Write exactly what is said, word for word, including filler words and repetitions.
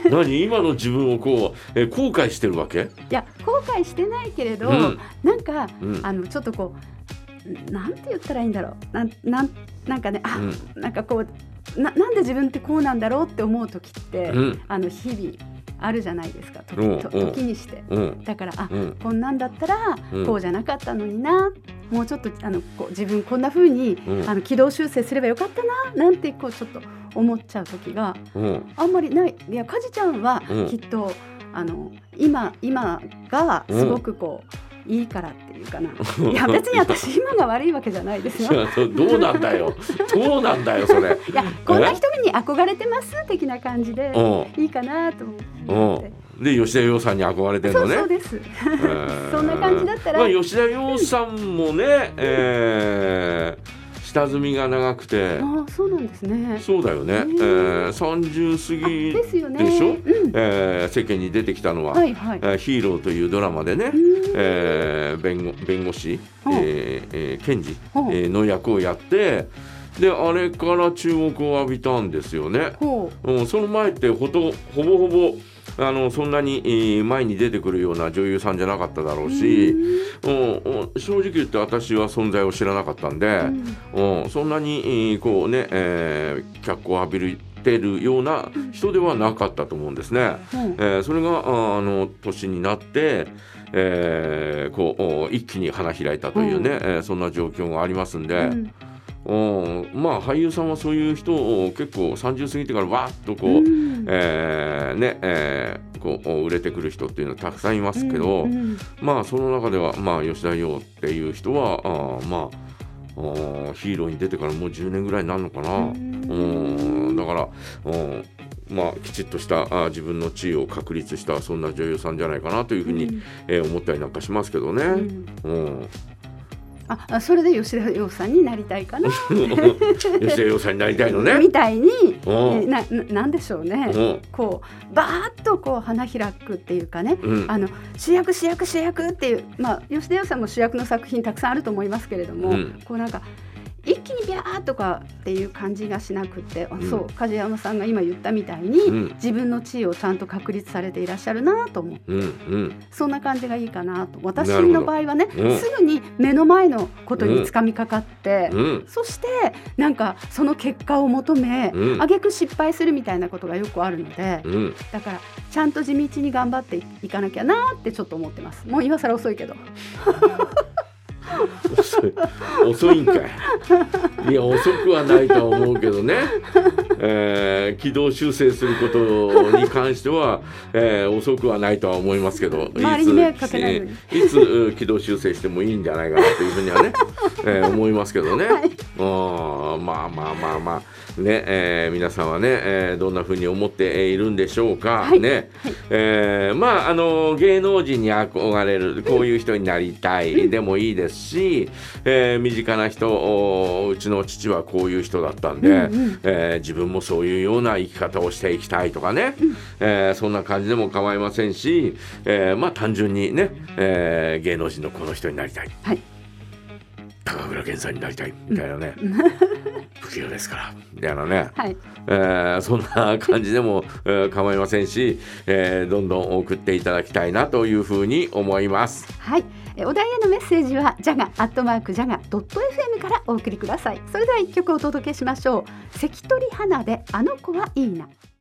何今の自分をこう、えー、後悔してるわけ？ いや後悔してないけれど、うん、なんか、うん、あのちょっとこうなんて言ったらいいんだろう な, な, なんかねあ、うん、なんかこう な, なんで自分ってこうなんだろうって思う時って、うん、あの日々あるじゃないですか 時,、うん、時にして、うん、だからあ、うん、こんなんだったらこうじゃなかったのにな、うん、もうちょっとあのこう自分こんな風に、うん、あの軌道修正すればよかったななんてこうちょっと思っちゃう時があんまりない。いやかじちゃんはきっと、うん、あの 今, 今がすごくこう、うんいいからっていうかな。いや別に私今が悪いわけじゃないですよ。 どうなんだよどうなんだよそれ。いやこんな人に憧れてます的な感じでいいかなと思って。 で吉田羊さんに憧れてるのね。 そうそうです、えー、そんな感じだったら、 まあ、吉田羊さんもね、えー下積みが長くて。 あそうなんですね。 そうだよね、えー、さんじゅう過ぎでしょ、ねうんえー、世間に出てきたのは、はいはいえー、ヒーローというドラマでね、えー、弁護、弁護士、えーえー、検事、えー、の役をやってであれから注目を浴びたんですよね、うん、その前ってほとほぼほぼあのそんなに前に出てくるような女優さんじゃなかっただろうし、うん、正直言って私は存在を知らなかったんで、うんうん、そんなにこうね、えー、脚光を浴びてるような人ではなかったと思うんですね、うんえー、それがあの年になって、えー、こう一気に花開いたというね、うんえー、そんな状況がありますんで、うんうん、まあ俳優さんはそういう人を結構さんじゅう過ぎてからわーっとこう、うんえーねえー、こう売れてくる人っていうのはたくさんいますけど、うんうん、まあその中では、まあ、吉田羊っていう人はあまああヒーローに出てからもうじゅうねんぐらいになるのかな、うん、だからうんまあ、きちっとしたあ自分の地位を確立したそんな女優さんじゃないかなというふうに、うんえー、思ったりなんかしますけどね、うんうんあそれで吉田羊さんになりたいかな吉田羊さんになりたいのねみたいに、えな, なんでしょうねこうバーッとこう花開くっていうかね、うん、あの主役主役主役っていう、まあ、吉田羊さんも主役の作品たくさんあると思いますけれども、うん、こうなんか一気にビャーとかっていう感じがしなくて、うん、そう梶山さんが今言ったみたいに、うん、自分の地位をちゃんと確立されていらっしゃるなと思って、うんうん、そんな感じがいいかなと。私の場合はね、うん、すぐに目の前のことにつかみかかって、うん、そしてなんかその結果を求め、うん、挙句失敗するみたいなことがよくあるので、うん、だからちゃんと地道に頑張っていかなきゃなってちょっと思ってます。もう今更遅いけど遅い、遅いんかい。いや遅くはないとは思うけどね、えー、軌道修正することに関しては、えー、遅くはないとは思いますけど、 周りに迷惑かけないように、 いつ、いつ軌道修正してもいいんじゃないかなというふうにはね、えー、思いますけどね、はい、あまあまあまあまあね、えー、皆さんはね、えー、どんなふうに思っているんでしょうか、はいねはいえー、まああの芸能人に憧れるこういう人になりたい、うん、でもいいですし、えー、身近な人、うちの父はこういう人だったんで、うんうんえー、自分もそういうような生き方をしていきたいとかね、うんえー、そんな感じでも構いませんし、えー、まあ単純にね、えー、芸能人のこの人になりたい、はい、高倉健さんになりたいみたいなね、うん、不器用ですからみたいなね、はいえー、そんな感じでも、えー、構いませんし、えー、どんどん送っていただきたいなというふうに思います。 はい、お題へのメッセージは ジャガ アットマーク ジャガ ドット エフエム からお送りください。それではいっきょくお届けしましょう。関取花であの子はいいな。